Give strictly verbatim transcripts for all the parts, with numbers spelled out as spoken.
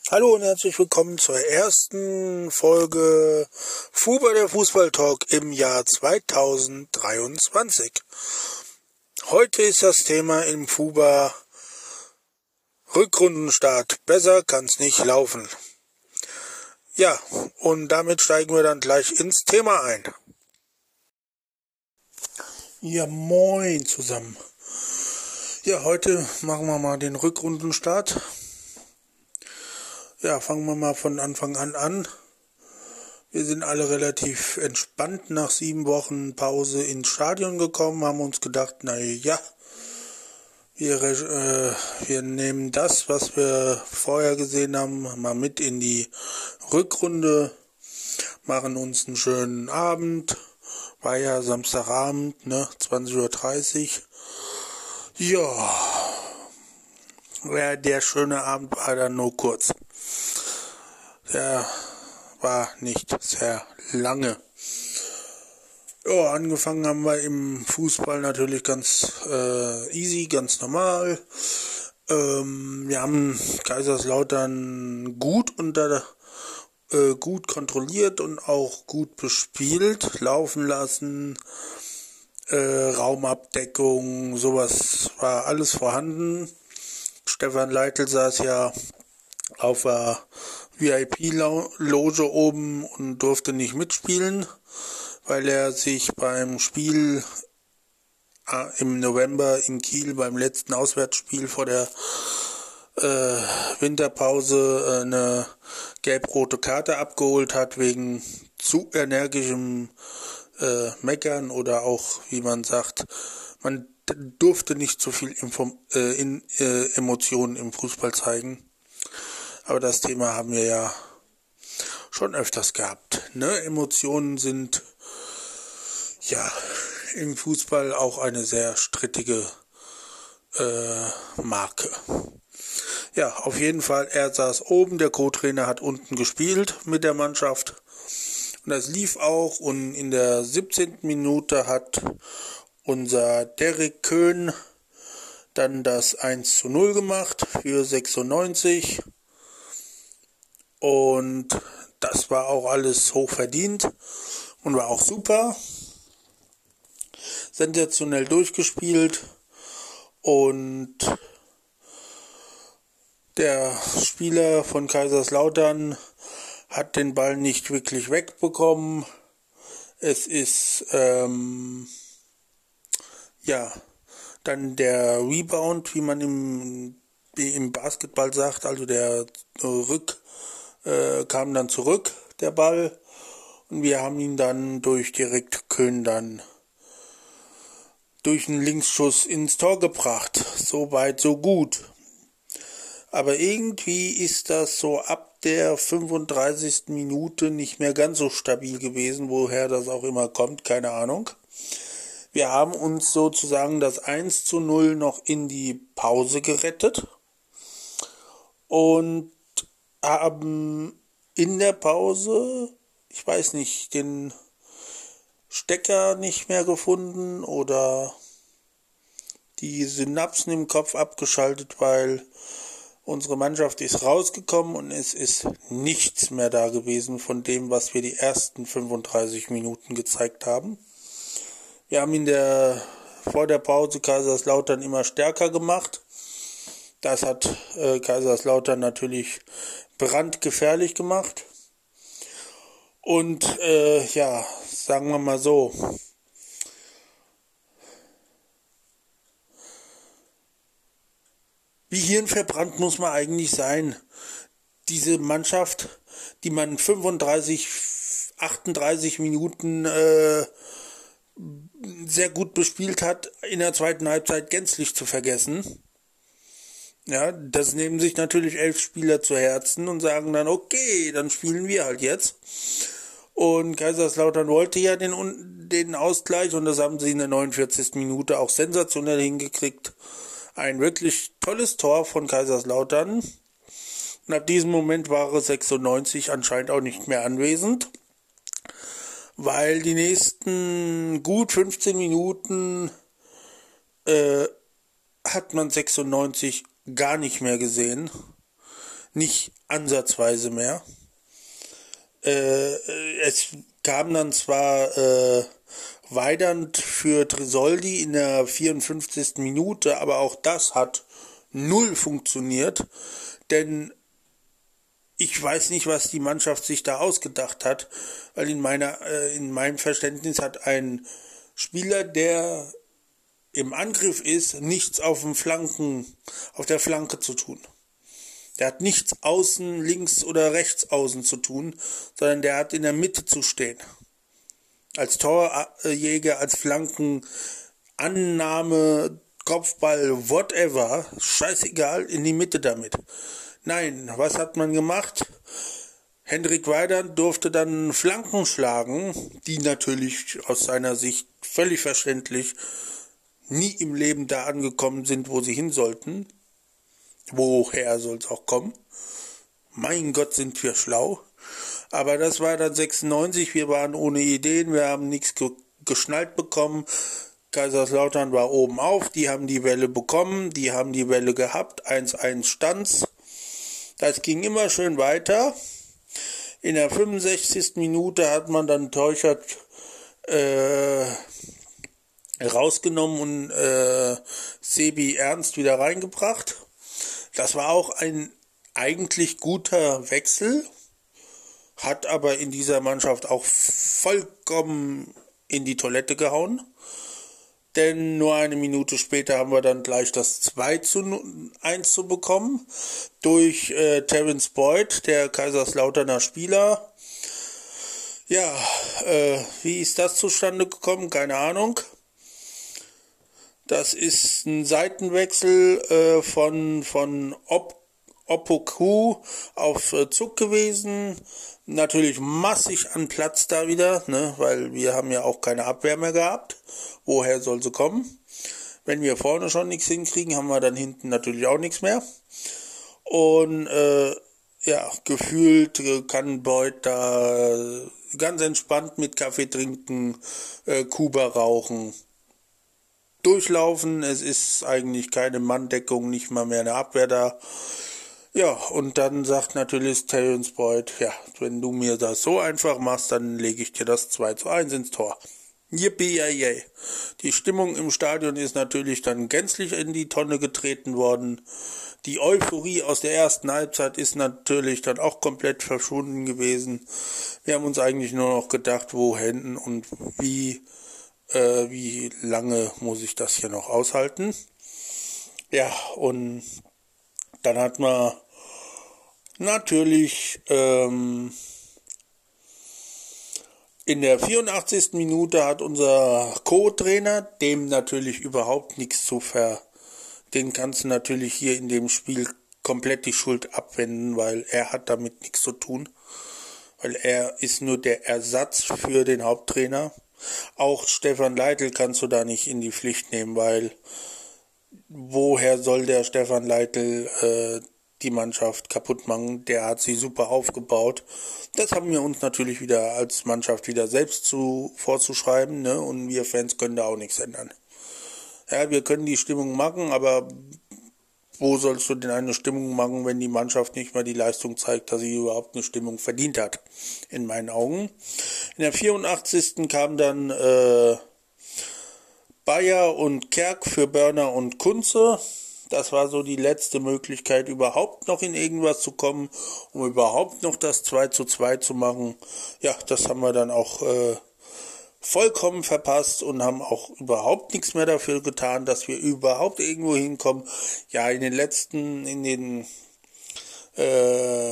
Hallo und herzlich willkommen zur ersten Folge FUBA, der Fußballtalk im Jahr zweitausenddreiundzwanzig. Heute ist das Thema im FUBA Rückrundenstart. Besser kann's nicht laufen. Ja, und damit steigen wir dann gleich ins Thema ein. Ja, moin zusammen. Ja, heute machen wir mal den Rückrundenstart. Ja, fangen wir mal von Anfang an an. Wir sind alle relativ entspannt nach sieben Wochen Pause ins Stadion gekommen, haben uns gedacht, na ja, wir, äh, wir nehmen das, was wir vorher gesehen haben, mal mit in die Rückrunde, machen uns einen schönen Abend, war ja Samstagabend, ne, zwanzig Uhr dreißig. Ja, ja, der schöne Abend war dann nur kurz. Der war nicht sehr lange. Ja, angefangen haben wir im Fußball natürlich ganz äh, easy, ganz normal. Ähm, wir haben Kaiserslautern gut unter äh, gut kontrolliert und auch gut bespielt, laufen lassen. Äh, Raumabdeckung, sowas war alles vorhanden. Stefan Leitl saß ja auf der V I P-Loge oben und durfte nicht mitspielen, weil er sich beim Spiel äh, im November in Kiel, beim letzten Auswärtsspiel vor der äh, Winterpause, äh, eine gelb-rote Karte abgeholt hat wegen zu energischem äh, Meckern oder auch, wie man sagt, man durfte nicht zu viel Info- äh, in, äh, Emotionen im Fußball zeigen. Aber das Thema haben wir ja schon öfters gehabt. Ne? Emotionen sind ja im Fußball auch eine sehr strittige äh, Marke. Ja, auf jeden Fall, er saß oben, der Co-Trainer hat unten gespielt mit der Mannschaft. Und das lief auch, und in der siebzehnten Minute hat unser Derek Köhn dann das eins zu null gemacht für sechsundneunzig. Und das war auch alles hoch verdient und war auch super. Sensationell durchgespielt. Und der Spieler von Kaiserslautern hat den Ball nicht wirklich wegbekommen. Es ist, ähm, ja, dann der Rebound, wie man im, im Basketball sagt, also der Rück, äh, kam dann zurück, der Ball, und wir haben ihn dann durch direkt Köhn dann durch einen Linksschuss ins Tor gebracht. So weit, so gut. Aber irgendwie ist das so ab der fünfunddreißigsten Minute nicht mehr ganz so stabil gewesen, woher das auch immer kommt, keine Ahnung. Wir haben uns sozusagen das eins zu null noch in die Pause gerettet und haben in der Pause, ich weiß nicht, den Stecker nicht mehr gefunden oder die Synapsen im Kopf abgeschaltet, weil unsere Mannschaft ist rausgekommen und es ist nichts mehr da gewesen von dem, was wir die ersten fünfunddreißig Minuten gezeigt haben. Wir haben in der vor der Pause Kaiserslautern immer stärker gemacht. Das hat äh, Kaiserslautern natürlich brandgefährlich gemacht. Und äh, ja, sagen wir mal so, wie hirnverbrannt muss man eigentlich sein? Diese Mannschaft, die man fünfunddreißig, achtunddreißig Minuten äh, sehr gut bespielt hat, in der zweiten Halbzeit gänzlich zu vergessen. Ja, das nehmen sich natürlich elf Spieler zu Herzen und sagen dann, okay, dann spielen wir halt jetzt. Und Kaiserslautern wollte ja den, den Ausgleich, und das haben sie in der neunundvierzigsten Minute auch sensationell hingekriegt. Ein wirklich tolles Tor von Kaiserslautern. Und ab diesem Moment war sechsundneunzig anscheinend auch nicht mehr anwesend, weil die nächsten gut fünfzehn Minuten äh, hat man sechsundneunzig gar nicht mehr gesehen. nicht ansatzweise mehr. Äh, es kam dann zwar äh, Weidand für Tresoldi in der vierundfünfzigsten Minute, aber auch das hat null funktioniert, denn ich weiß nicht, was die Mannschaft sich da ausgedacht hat, weil in meiner, äh, in meinem Verständnis hat ein Spieler, der im Angriff ist, nichts auf dem Flanken, auf der Flanke zu tun. Der hat nichts außen, links oder rechts außen zu tun, sondern der hat in der Mitte zu stehen. Als Torjäger, als Flankenannahme, Kopfball, whatever, scheißegal, in die Mitte damit. Nein, was hat man gemacht? Hendrik Weidand durfte dann Flanken schlagen, die natürlich aus seiner Sicht völlig verständlich nie im Leben da angekommen sind, wo sie hin sollten. Woher soll es auch kommen? Mein Gott, sind wir schlau. Aber das war dann sechsundneunzig, wir waren ohne Ideen, wir haben nichts ge- geschnallt bekommen. Kaiserslautern war oben auf, die haben die Welle bekommen, die haben die Welle gehabt, eins eins stand's. Das ging immer schön weiter. In der fünfundsechzigsten Minute hat man dann Teuchert äh, rausgenommen und äh, Sebi Ernst wieder reingebracht. Das war auch ein eigentlich guter Wechsel, hat aber in dieser Mannschaft auch vollkommen in die Toilette gehauen. Denn nur eine Minute später haben wir dann gleich das zwei zu eins zu bekommen durch äh, Terence Boyd, der Kaiserslauterner Spieler. Ja, äh, wie ist das zustande gekommen? Keine Ahnung. Das ist ein Seitenwechsel äh, von, von Op Opoku auf äh, Zug gewesen. Natürlich massig an Platz da wieder, ne, weil wir haben ja auch keine Abwehr mehr gehabt. Woher soll sie kommen? Wenn wir vorne schon nichts hinkriegen, haben wir dann hinten natürlich auch nichts mehr. Und äh, ja, gefühlt kann Boyd da ganz entspannt mit Kaffee trinken, äh, Kuba rauchen, durchlaufen. Es ist eigentlich keine Manndeckung, nicht mal mehr eine Abwehr da. Ja, und dann sagt natürlich Terence Boyd, ja, wenn du mir das so einfach machst, dann lege ich dir das zwei zu eins ins Tor. Yippie, yay, yay. Die Stimmung im Stadion ist natürlich dann gänzlich in die Tonne getreten worden. Die Euphorie aus der ersten Halbzeit ist natürlich dann auch komplett verschwunden gewesen. Wir haben uns eigentlich nur noch gedacht, wohin und wie, äh, wie lange muss ich das hier noch aushalten. Ja, und dann hat man natürlich ähm, in der vierundachtzigsten Minute hat unser Co-Trainer, dem natürlich überhaupt nichts zu ver... Den kannst du natürlich hier in dem Spiel komplett die Schuld abwenden, weil er hat damit nichts zu tun. Weil er ist nur der Ersatz für den Haupttrainer. Auch Stefan Leitl kannst du da nicht in die Pflicht nehmen, weil woher soll der Stefan Leitl äh, die Mannschaft kaputt machen? Der hat sie super aufgebaut. Das haben wir uns natürlich wieder als Mannschaft wieder selbst zu vorzuschreiben, ne? Und wir Fans können da auch nichts ändern. Ja, wir können die Stimmung machen, aber wo sollst du denn eine Stimmung machen, wenn die Mannschaft nicht mal die Leistung zeigt, dass sie überhaupt eine Stimmung verdient hat, in meinen Augen. In der vierundachtzigsten kam dann äh, Bayer und Kerk für Börner und Kunze. Das war so die letzte Möglichkeit, überhaupt noch in irgendwas zu kommen, um überhaupt noch das zwei zu zwei zu machen. Ja, das haben wir dann auch äh, vollkommen verpasst und haben auch überhaupt nichts mehr dafür getan, dass wir überhaupt irgendwo hinkommen. Ja, in den letzten, in den äh,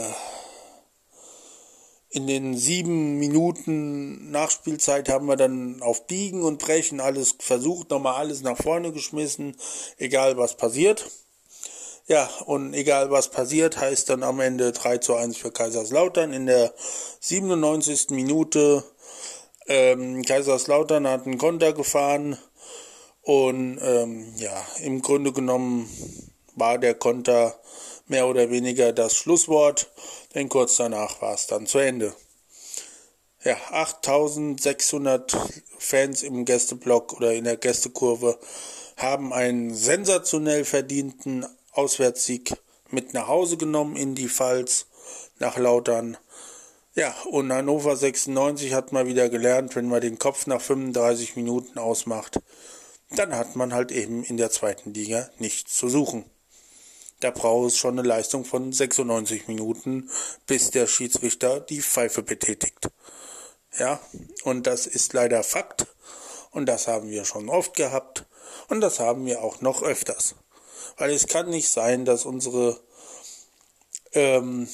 in den sieben Minuten Nachspielzeit haben wir dann auf Biegen und Brechen alles versucht, nochmal alles nach vorne geschmissen, egal was passiert. Ja, und egal was passiert, heißt dann am Ende drei zu eins für Kaiserslautern. In der siebenundneunzigsten Minute Ähm, Kaiserslautern hat einen Konter gefahren und ähm, ja, im Grunde genommen war der Konter mehr oder weniger das Schlusswort, denn kurz danach war es dann zu Ende. Ja, achttausendsechshundert Fans im Gästeblock oder in der Gästekurve haben einen sensationell verdienten Auswärtssieg mit nach Hause genommen in die Pfalz, nach Lautern. Ja, und Hannover sechsundneunzig hat mal wieder gelernt, wenn man den Kopf nach fünfunddreißig Minuten ausmacht, dann hat man halt eben in der zweiten Liga nichts zu suchen. Da braucht es schon eine Leistung von sechsundneunzig Minuten, bis der Schiedsrichter die Pfeife betätigt. Ja, und das ist leider Fakt. Und das haben wir schon oft gehabt. Und das haben wir auch noch öfters. Weil es kann nicht sein, dass unsere, ähm,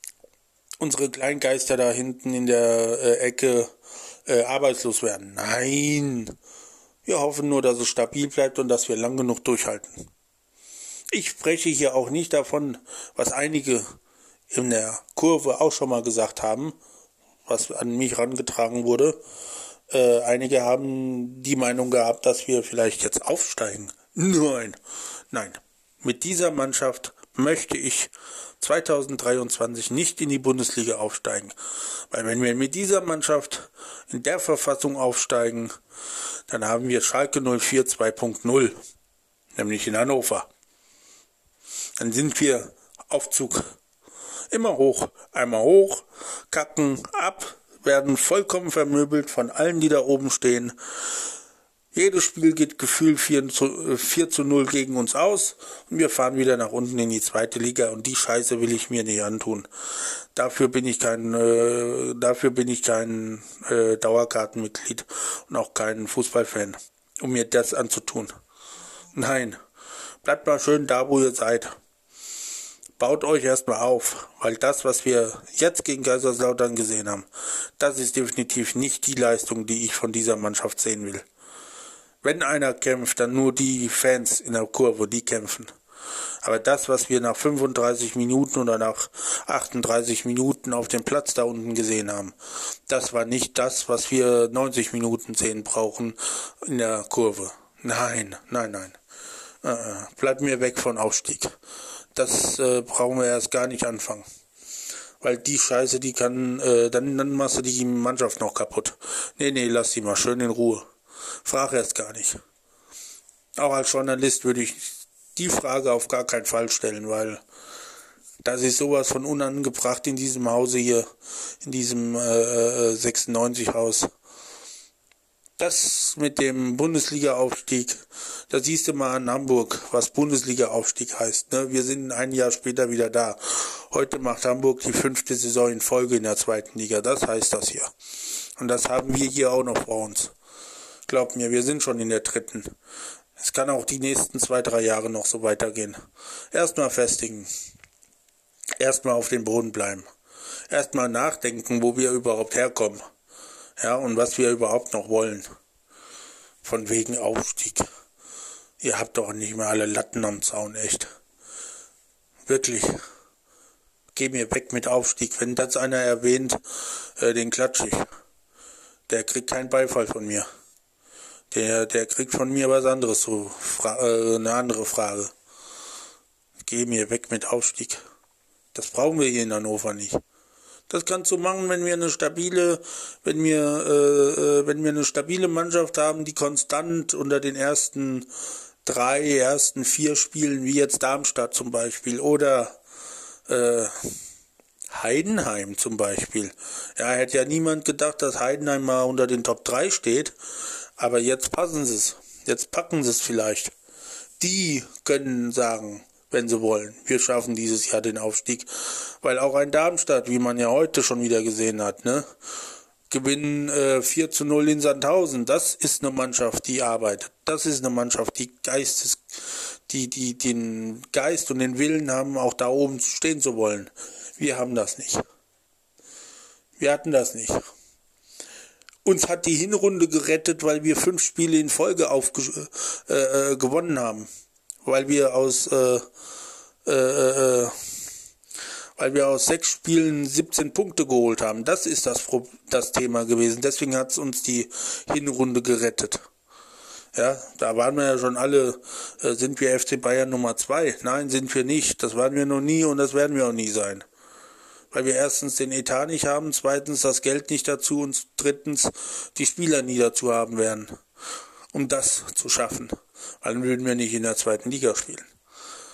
unsere Kleingeister da hinten in der äh, Ecke äh, arbeitslos werden. Nein, wir hoffen nur, dass es stabil bleibt und dass wir lang genug durchhalten. Ich spreche hier auch nicht davon, was einige in der Kurve auch schon mal gesagt haben, was an mich herangetragen wurde. Äh, einige haben die Meinung gehabt, dass wir vielleicht jetzt aufsteigen. Nein, nein. Mit dieser Mannschaft möchte ich zweitausenddreiundzwanzig nicht in die Bundesliga aufsteigen. Weil wenn wir mit dieser Mannschaft in der Verfassung aufsteigen, dann haben wir Schalke null vier zwei Punkt null, nämlich in Hannover. Dann sind wir auf Zug. Immer hoch, einmal hoch, kacken ab, werden vollkommen vermöbelt von allen, die da oben stehen. Jedes Spiel geht gefühlt vier zu null gegen uns aus und wir fahren wieder nach unten in die zweite Liga und die Scheiße will ich mir nicht antun. Dafür bin ich kein, äh, dafür bin ich kein äh, Dauerkartenmitglied und auch kein Fußballfan, um mir das anzutun. Nein, bleibt mal schön da, wo ihr seid. Baut euch erstmal auf, weil das, was wir jetzt gegen Kaiserslautern gesehen haben, das ist definitiv nicht die Leistung, die ich von dieser Mannschaft sehen will. Wenn einer kämpft, dann nur die Fans in der Kurve, die kämpfen. Aber das, was wir nach fünfunddreißig Minuten oder nach achtunddreißig Minuten auf dem Platz da unten gesehen haben, das war nicht das, was wir neunzig Minuten sehen brauchen in der Kurve. Nein, nein, nein. Äh, bleibt mir weg von Aufstieg. Das äh, brauchen wir erst gar nicht anfangen. Weil die Scheiße, die kann, äh, dann, dann machst du die Mannschaft noch kaputt. Nee, nee, lass die mal schön in Ruhe. Frag erst gar nicht. Auch als Journalist würde ich die Frage auf gar keinen Fall stellen, weil das ist sowas von unangebracht in diesem Hause hier, in diesem äh, sechsundneunzig-Haus. Das mit dem Bundesliga-Aufstieg, da siehst du mal an Hamburg, was Bundesliga-Aufstieg heißt. Ne? Wir sind ein Jahr später wieder da. Heute macht Hamburg die fünfte Saison in Folge in der zweiten Liga. Das heißt das hier. Und das haben wir hier auch noch vor uns. Glaub mir, wir sind schon in der dritten. Es kann auch die nächsten zwei, drei Jahre noch so weitergehen. Erstmal festigen. Erstmal auf dem Boden bleiben. Erstmal nachdenken, wo wir überhaupt herkommen. Ja, und was wir überhaupt noch wollen. Von wegen Aufstieg. Ihr habt doch nicht mehr alle Latten am Zaun, echt. Wirklich. Geh mir weg mit Aufstieg. Wenn das einer erwähnt, äh, den klatsch ich. Der kriegt keinen Beifall von mir. Der, der kriegt von mir was anderes, so fra- äh, eine andere Frage. Geh mir weg mit Aufstieg. Das brauchen wir hier in Hannover nicht. Das kannst du machen, wenn wir eine stabile, wenn wir, äh, wenn wir eine stabile Mannschaft haben, die konstant unter den ersten drei, ersten vier Spielen, wie jetzt Darmstadt zum Beispiel, oder äh, Heidenheim zum Beispiel. Ja, hätte ja niemand gedacht, dass Heidenheim mal unter den Top drei steht, aber jetzt passen sie es. Jetzt packen sie es vielleicht. Die können sagen, wenn sie wollen, wir schaffen dieses Jahr den Aufstieg, weil auch ein Darmstadt, wie man ja heute schon wieder gesehen hat, ne, gewinnen äh, vier zu null in Sandhausen. Das ist eine Mannschaft, die arbeitet. Das ist eine Mannschaft, die Geistes, die, die den Geist und den Willen haben, auch da oben stehen zu wollen. Wir haben das nicht. Wir hatten das nicht. Uns hat die Hinrunde gerettet, weil wir fünf Spiele in Folge aufge- äh, äh, gewonnen haben. Weil wir aus äh, äh, äh, weil wir aus sechs Spielen siebzehn Punkte geholt haben. Das ist das, Pro- das Thema gewesen. Deswegen hat es uns die Hinrunde gerettet. Ja, da waren wir ja schon alle, äh, sind wir F C Bayern Nummer zwei? Nein, sind wir nicht. Das waren wir noch nie und das werden wir auch nie sein. Weil wir erstens den Etat nicht haben, zweitens das Geld nicht dazu und drittens die Spieler nie dazu haben werden, um das zu schaffen. Weil dann würden wir nicht in der zweiten Liga spielen.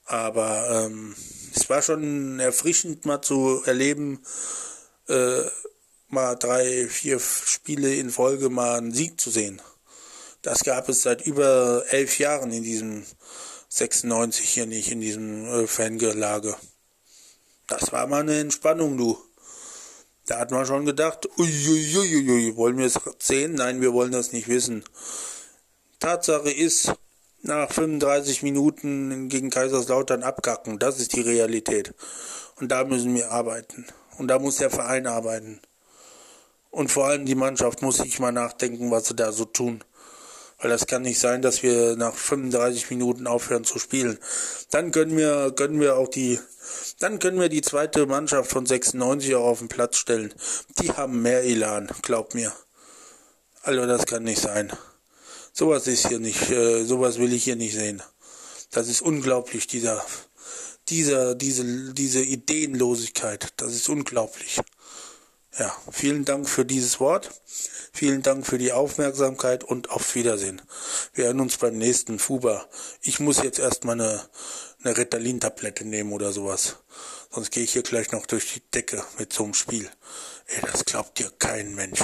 Aber ähm, es war schon erfrischend mal zu erleben, äh, mal drei, vier Spiele in Folge mal einen Sieg zu sehen. Das gab es seit über elf Jahren in diesem sechsundneunzig hier nicht, in diesem äh, Fangelage. Das war mal eine Entspannung, du. Da hat man schon gedacht, uiuiuiui, wollen wir es sehen? Nein, wir wollen das nicht wissen. Tatsache ist, nach fünfunddreißig Minuten gegen Kaiserslautern abkacken, das ist die Realität. Und da müssen wir arbeiten. Und da muss der Verein arbeiten. Und vor allem die Mannschaft muss sich mal nachdenken, was sie da so tun. Weil das kann nicht sein, dass wir nach fünfunddreißig Minuten aufhören zu spielen. Dann können wir, können wir auch die, dann können wir die zweite Mannschaft von sechsundneunzig auch auf den Platz stellen. Die haben mehr Elan, glaub mir. Also das kann nicht sein. Sowas ist hier nicht, äh, sowas will ich hier nicht sehen. Das ist unglaublich, dieser, dieser, diese, diese Ideenlosigkeit. Das ist unglaublich. Ja, vielen Dank für dieses Wort. Vielen Dank für die Aufmerksamkeit und auf Wiedersehen. Wir hören uns beim nächsten Fuba. Ich muss jetzt erstmal eine, eine Ritalin-Tablette nehmen oder sowas. Sonst gehe ich hier gleich noch durch die Decke mit so einem Spiel. Ey, das glaubt dir kein Mensch.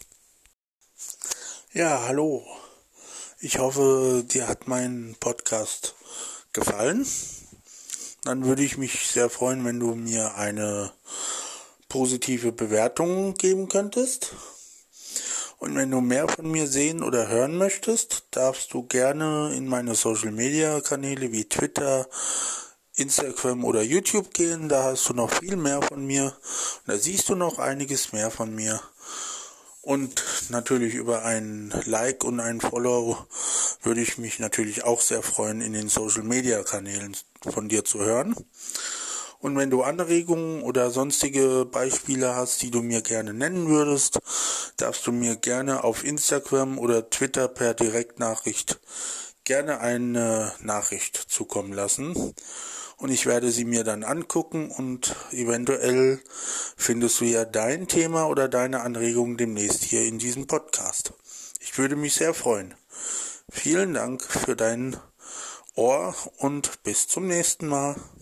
Ja, hallo. Ich hoffe, dir hat mein Podcast gefallen. Dann würde ich mich sehr freuen, wenn du mir eine positive Bewertung geben könntest. Und wenn du mehr von mir sehen oder hören möchtest, darfst du gerne in meine Social-Media-Kanäle wie Twitter, Instagram oder YouTube gehen. Da hast du noch viel mehr von mir. Und da siehst du noch einiges mehr von mir. Und natürlich über ein Like und ein Follow würde ich mich natürlich auch sehr freuen, in den Social-Media-Kanälen von dir zu hören. Und wenn du Anregungen oder sonstige Beispiele hast, die du mir gerne nennen würdest, darfst du mir gerne auf Instagram oder Twitter per Direktnachricht gerne eine Nachricht zukommen lassen. Und ich werde sie mir dann angucken und eventuell findest du ja dein Thema oder deine Anregungen demnächst hier in diesem Podcast. Ich würde mich sehr freuen. Vielen Dank für dein Ohr und bis zum nächsten Mal.